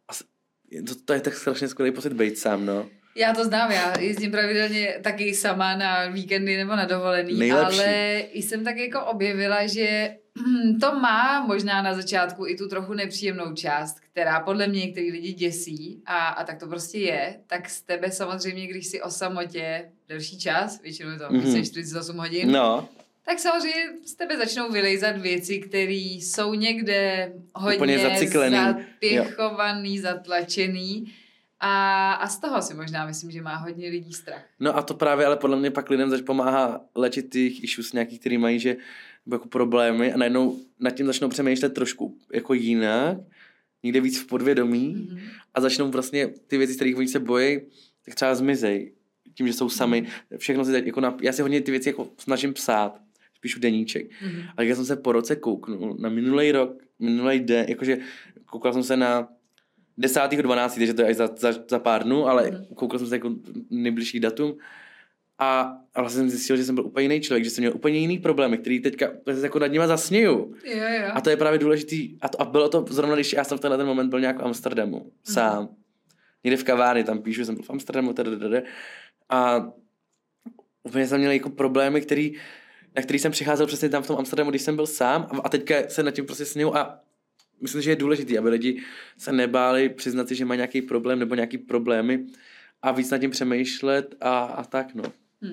S2: to je tak strašně skvělý pocit být sám, no.
S1: Já to znám, já jezdím pravidelně taky sama na víkendy nebo na dovolený,
S2: nejlepší.
S1: Ale jsem tak jako objevila, že to má možná na začátku i tu trochu nepříjemnou část, která podle mě některý lidi děsí a tak to prostě je. Tak z tebe samozřejmě, když si o samotě delší čas, většinou je to více než 48 hodin,
S2: no.
S1: Tak samozřejmě z tebe začnou vylejzat věci, které jsou někde hodně zapěchovaný, zatlačený A z toho si možná myslím, že má hodně lidí strach.
S2: No a to právě, ale podle mě pak lidem pomáhá léčit těch issues nějaký, který mají, že jako problémy a najednou nad tím začnou přemýšlet trošku jako jinak, někde víc v podvědomí a začnou vlastně ty věci, z kterých oni se bojí, tak třeba zmizej. Tím, že jsou sami, všechno si teď jako já si hodně ty věci jako snažím psát, píšu deníček. A já jsem se po roce kouknul na minulý den, jakože koukal jsem se na 10.12., takže to je až za pár dnů, ale koukal jsem se jako nejbližší datum a vlastně jsem zjistil, že jsem byl úplně jiný člověk, že jsem měl úplně jiný problémy, který teďka jako nad nima zasněju.
S1: Jo.
S2: A to je právě důležitý. A bylo to zrovna, když já jsem v tenhle ten moment byl nějak v Amsterdamu, sám. Někde v kavárně, tam píšu, jsem byl v Amsterdamu, a úplně jsem měl jako problémy, na který jsem přicházel přesně tam v tom Amsterdamu, když jsem byl sám a teďka se nad tím prostě sněju a myslím, že je důležitý, aby lidi se nebáli přiznat si, že mají nějaký problém nebo nějaký problémy a víc nad tím přemýšlet a tak, no.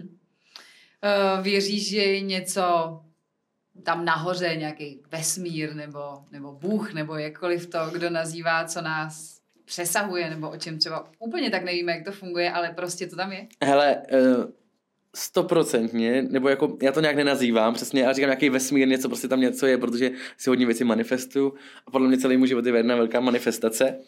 S1: Věříš, že je něco tam nahoře, nějaký vesmír nebo Bůh, nebo jakkoliv to, kdo nazývá, co nás přesahuje, nebo o čem třeba úplně tak nevíme, jak to funguje, ale prostě to tam je?
S2: Hele, 100%, nebo jako, já to nějak nenazývám přesně, ale říkám nějaký vesmír, něco prostě tam něco je, protože si hodně věci manifestuju a podle mě celý můj život je jedna velká manifestace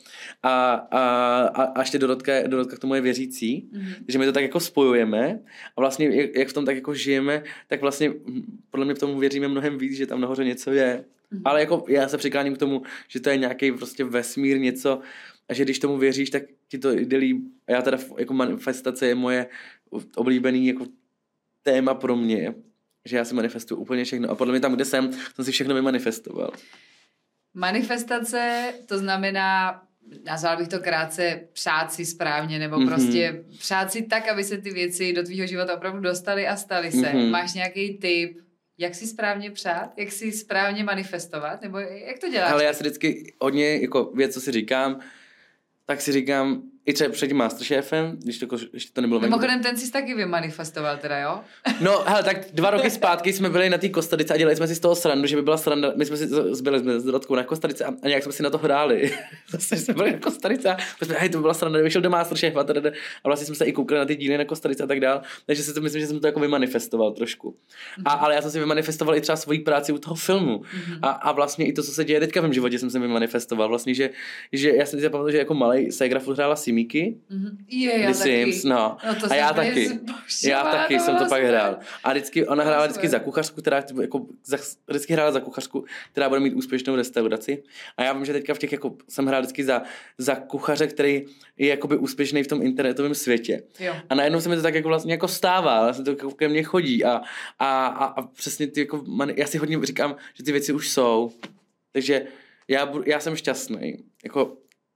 S2: a ještě Dorotka k tomu je věřící, takže my to tak jako spojujeme a vlastně jak v tom tak jako žijeme, tak vlastně podle mě v tomu věříme mnohem víc, že tam nahoře něco je. Ale jako já se přikláním k tomu, že to je nějaký prostě vesmír, něco a že když tomu věříš, tak ti to jde líp. A já teda jako manifestace je moje oblíbený jako téma pro mě, že já si manifestuju úplně všechno a podle mě tam, kde jsem si všechno vymanifestoval.
S1: Manifestace, to znamená, nazval bych to krátce, přát si správně, nebo prostě přát si tak, aby se ty věci do tvýho života opravdu dostaly a staly se. Máš nějaký tip, jak si správně přát, jak si správně manifestovat, nebo jak to děláš?
S2: Ale já si vždycky hodně, jako věc, co si říkám, tak si říkám, i třeba před tím Masterchefem, když to nebylo venku.
S1: Mimochodem, ten jsi taky vymanifestoval teda, jo?
S2: No, hele, tak 2 roky zpátky jsme byli na té Kostarice a dělali jsme si z toho srandu, že by byla sranda, my jsme si byli s Dorotkou na Kostarice a nějak jsme si na to hráli. Zase jsme byli na Kostarice a jsme, hej, to byla sranda, vyšel do Masterchefa a vlastně jsme se i koukali na ty díly na Kostarice a tak dál, takže si to myslím, že jsem to jako vymanifestoval trošku. Ale já jsem si vymanifestoval i třeba svoji práci u toho filmu a vlastně i to, co se děje teďka v mém životě, jsem si vymanifestoval. Vlastně, že já jsem si pamatuju, že jako malej ségra furt hrála Simíky.
S1: Já
S2: Sims, no.
S1: A
S2: já taky. Já taky jsem to pak hrál. A ona hrála vždycky za kuchařku, která jako vždycky hrála za kuchařku, která bude mít úspěšnou restauraci. A já vím, že teďka v těch jako jsem hrál vždycky za kuchaře, který je jakoby úspěšný v tom internetovém světě.
S1: Jo.
S2: A najednou se mi to tak jako vlastně jako stává, vlastně to jako ke mně chodí a přesně ty jako já si hodně říkám, že ty věci už jsou. Takže já jsem šťastný. Jako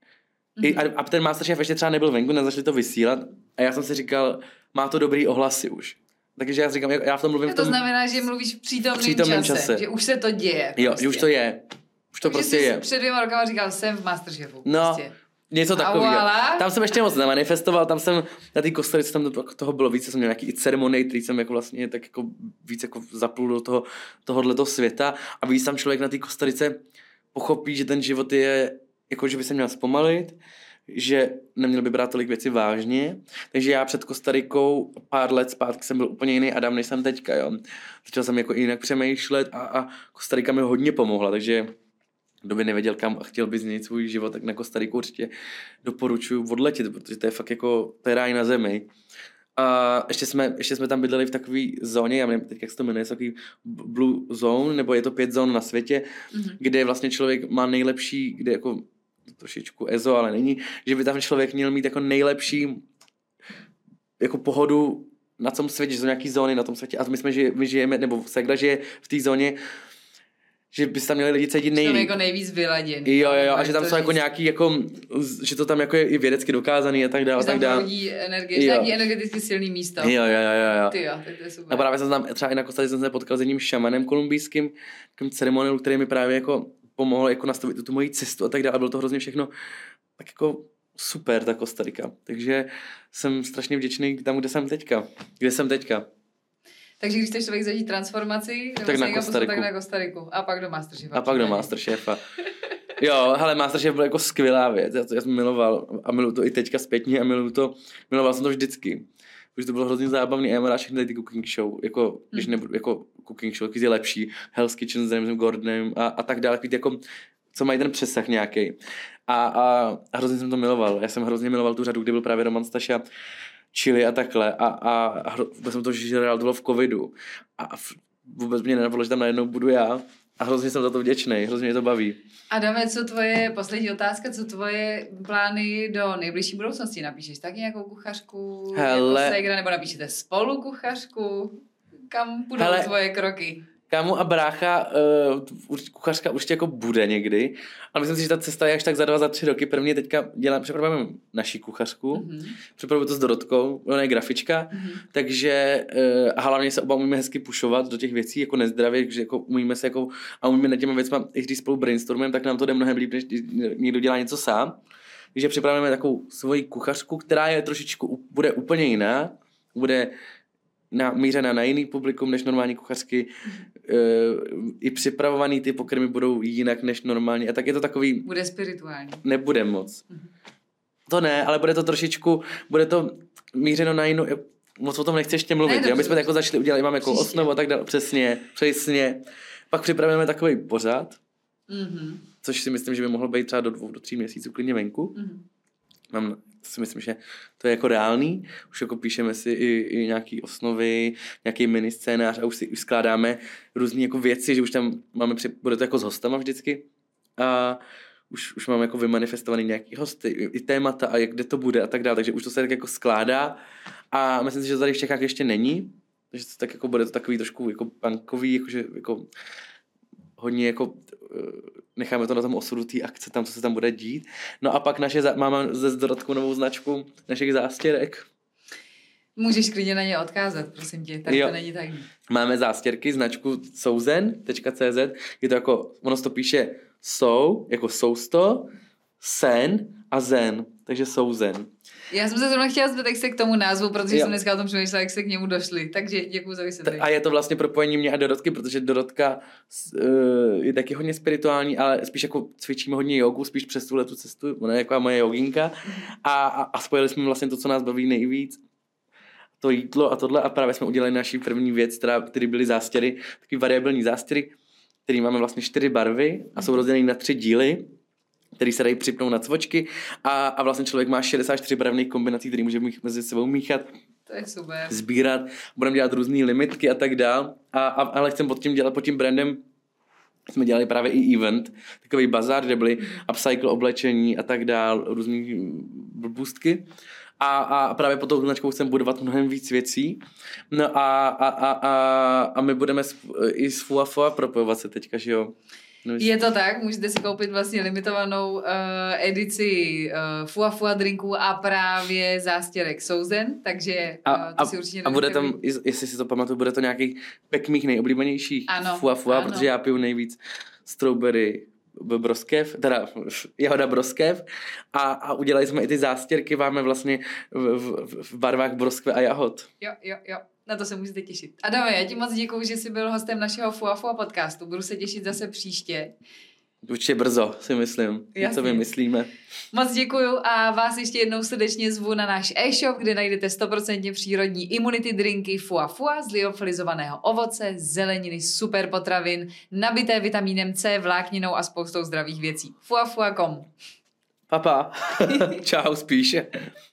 S2: a ten Masterchef ještě třeba nebyl venku, nezačali to vysílat a já jsem si říkal, má to dobrý ohlasy už. Takže já si říkám, já v tom mluvím.
S1: To znamená, že mluvíš v přítomném čase, že už se to děje.
S2: Jo, prostě. Že už to je. Už to prostě je.
S1: Před 2 rokama říkal, jsem v Masterchefu.
S2: No,
S1: prostě.
S2: něco takového. Tam jsem ještě moc nemanifestoval, tam jsem na té Kostarice, tam toho bylo víc, jsem měl nějaký i ceremonie, který jsem jako vlastně tak jako víc jako zaplul do tohoto světa a víc tam člověk na té Kostarice pochopí, že ten život je jako, že by se měl zpomalit, že neměl by brát tolik věcí vážně. Takže já před Kostarikou pár let zpátky jsem byl úplně jiný Adam, než jsem teďka, jo. Začal jsem jako jinak přemýšlet a Kostarika mi hodně pomohla, takže kdo by nevěděl, kam a chtěl by změnit svůj život, tak na Kostariku určitě doporučuji odletět, protože to je fakt jako ráj na zemi. A ještě jsme tam bydleli v takové zóně, já nevím teď, jak se to jmenuje, takový Blue Zone, nebo je to 5 zón na světě, kde vlastně člověk má nejlepší, kde jako trošičku EZO, ale není, že by tam člověk měl mít jako nejlepší jako pohodu na tom světě, že jsou nějaký zóny na tom světě a my žijeme, nebo Segra žije v té zóně, že by tam měli lidi cítit nejlíp.
S1: Jako nejvíc vyladěn.
S2: Jo, a že tam jsou jako nějaký, jako, že to tam jako je i vědecky dokázaný a tak dále.
S1: Že tam hodí energie, že nějaký energeticky silný místo.
S2: Jo.
S1: Ty jo, tak to je super.
S2: A právě jsem tam třeba i na Kostarice jsem se potkal s jedním šamanem kolumbijským, takovým ceremoniálem, který mi právě jako pomohl jako nastavit tu moji cestu a tak dále. Bylo to hrozně všechno tak jako super, ta Kostarika. Takže jsem strašně vděčný tam, kde jsem teďka.
S1: Takže když chceš člověk zažít transformaci,
S2: tak na
S1: Kostariku. A pak do Masterchefa.
S2: A pak do Masterchefa. Jo, hele, MasterChef byl jako skvělá věc, já jsem miloval a miluju to i teďka zpětně a miloval jsem to vždycky. Protože to bylo hrozně zábavný a já mám rád všechny ty cooking show, jako, když nebudu, jako cooking show, je lepší, Hell's Kitchen s Ramsem Gordonem a tak dále, jako, co mají ten přesah nějaký. A hrozně jsem to miloval, já jsem hrozně miloval tu řadu, kdy byl právě Roman Staša, Chili a takhle a jsem to žral, to bylo v covidu a vůbec mě nenapadlo, že tam najednou budu já a hrozně jsem za to vděčný, hrozně mě to baví.
S1: Adame, co tvoje, poslední otázka, co tvoje plány do nejbližší budoucnosti? Napíšeš taky nějakou kuchařku, jako ségra, nebo napíšete spolu kuchařku? Kam budou tvoje kroky?
S2: Kámo a brácha, kuchařka určitě jako bude někdy, ale myslím si, že ta cesta je až tak za 2-3 roky. Prvně teďka připravujeme naši kuchařku, připravuju to s Dorotkou, ona je grafička, takže a hlavně se oba umíme hezky pušovat do těch věcí, jako nezdravě, že jako umíme se jako, a umíme nad těma věcma, i když spolu brainstormujeme, tak nám to jde mnohem líp, než někdo dělá něco sám. Takže připravujeme takovou svoji kuchařku, která je trošičku, bude úplně jiná, bude mířená na jiný publikum než normální kuchařky. I připravovaný ty pokrmy budou jinak než normální. A tak je to takový...
S1: Bude spirituální.
S2: Nebude moc. To ne, ale bude to trošičku, bude to mířeno na jinou... Moc o tom nechci ještě mluvit. My jsme to jako začali udělat, mám jako osnovu a tak dále. Přesně. Pak připravujeme takový pořad, což si myslím, že by mohlo být třeba do 2 do 3 měsíců klidně venku. Si myslím, že to je jako reálný. Už jako píšeme si i nějaký osnovy, nějaký mini scénář a už si skládáme různé jako věci, že už tam máme, bude to jako s hostama vždycky a už máme jako vymanifestovaný nějaký hosty, i témata a kde to bude a tak dále, takže už to se tak jako skládá a myslím si, že to tady v Čechách ještě není, takže to tak jako bude to takový trošku jako punkový, jakože jako hodně jako necháme to na tom osudu té akce, tam, co se tam bude dít. No a pak máme ze Dorotkou novou značku našich zástěrek.
S1: Můžeš klidně na ně odkázat, prosím tě, tak to není tajný.
S2: Máme zástěrky, značku souzen.cz, je to jako, ono se to píše jako sousto, sen a zen, takže souzen.
S1: Já jsem se zrovna chtěla zbyt se k tomu názvu, protože jsem dneska o tom přemýšlela, jak se k němu došli. Takže děkuji za vysvětlení.
S2: A je to vlastně propojení mě a Dorotky, protože Dorotka je taky hodně spirituální, ale spíš jako cvičíme hodně jogu, spíš přes tu cestu. Ona je jako moje joginka. A spojili jsme vlastně to, co nás baví nejvíc. To jídlo a tohle. A právě jsme udělali naši první věc, který byly zástěry, takový variabilní zástěry, který máme vlastně 4 barvy a jsou rozděleny na 3 díly, který se dají připnout na cvočky a vlastně člověk má 64 barevných kombinací, který může mezi sebou míchat.
S1: To je super.
S2: Sbírat, budeme dělat různé limitky a tak dál. Ale chcem pod tím brandem jsme dělali právě i event, takový bazár, kde byly upcycle oblečení a tak dál, různý blbůstky. A právě pod tou značkou chcem budovat mnohem víc věcí. No a my budeme i s Fua propojovat se teďka, že jo.
S1: Je to tak, můžete si koupit vlastně limitovanou edici Fua drinků a právě zástěrek souzen, takže to si určitě
S2: a bude tam, jestli si to pamatuju, bude to nějaký pek mých nejoblíbenějších Fua, protože já piju nejvíc strawberry broskev, teda jahoda broskev a udělali jsme i ty zástěrky, máme vlastně v barvách broskve a jahod.
S1: Jo. Na to se můžete těšit. Adame, já ti moc děkuju, že jsi byl hostem našeho Fua podcastu. Budu se těšit zase příště.
S2: Určitě brzo, si myslím. Co vymyslíme.
S1: Moc děkuju a vás ještě jednou srdečně zvu na náš e-shop, kde najdete 100% přírodní imunity drinky Fua z liofilizovaného ovoce, zeleniny, super potravin, nabité vitamínem C, vlákninou a spoustou zdravých věcí. Fua.com.
S2: Papa. Čau spíše.